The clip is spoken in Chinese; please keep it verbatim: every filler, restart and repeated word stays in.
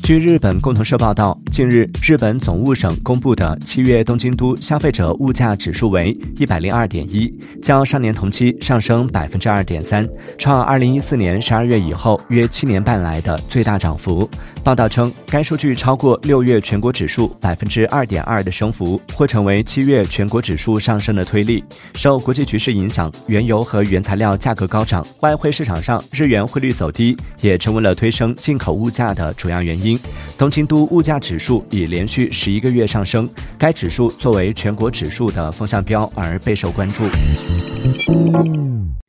据日本共同社报道，近日日本总务省公布的七月东京都消费者物价指数为 一百零二点一， 较上年同期上升 百分之二点三， 创二零一四年十二月以后约七年半来的最大涨幅。报道称，该数据超过六月全国指数 百分之二点二 的升幅，或成为七月全国指数上升的推力。受国际局势影响，原油和原材料价格高涨，外汇市场上日元汇率走低，也成为了推升进口物价的主要原因。东京都物价指数已连续十一个月上升，该指数作为全国指数的风向标而备受关注。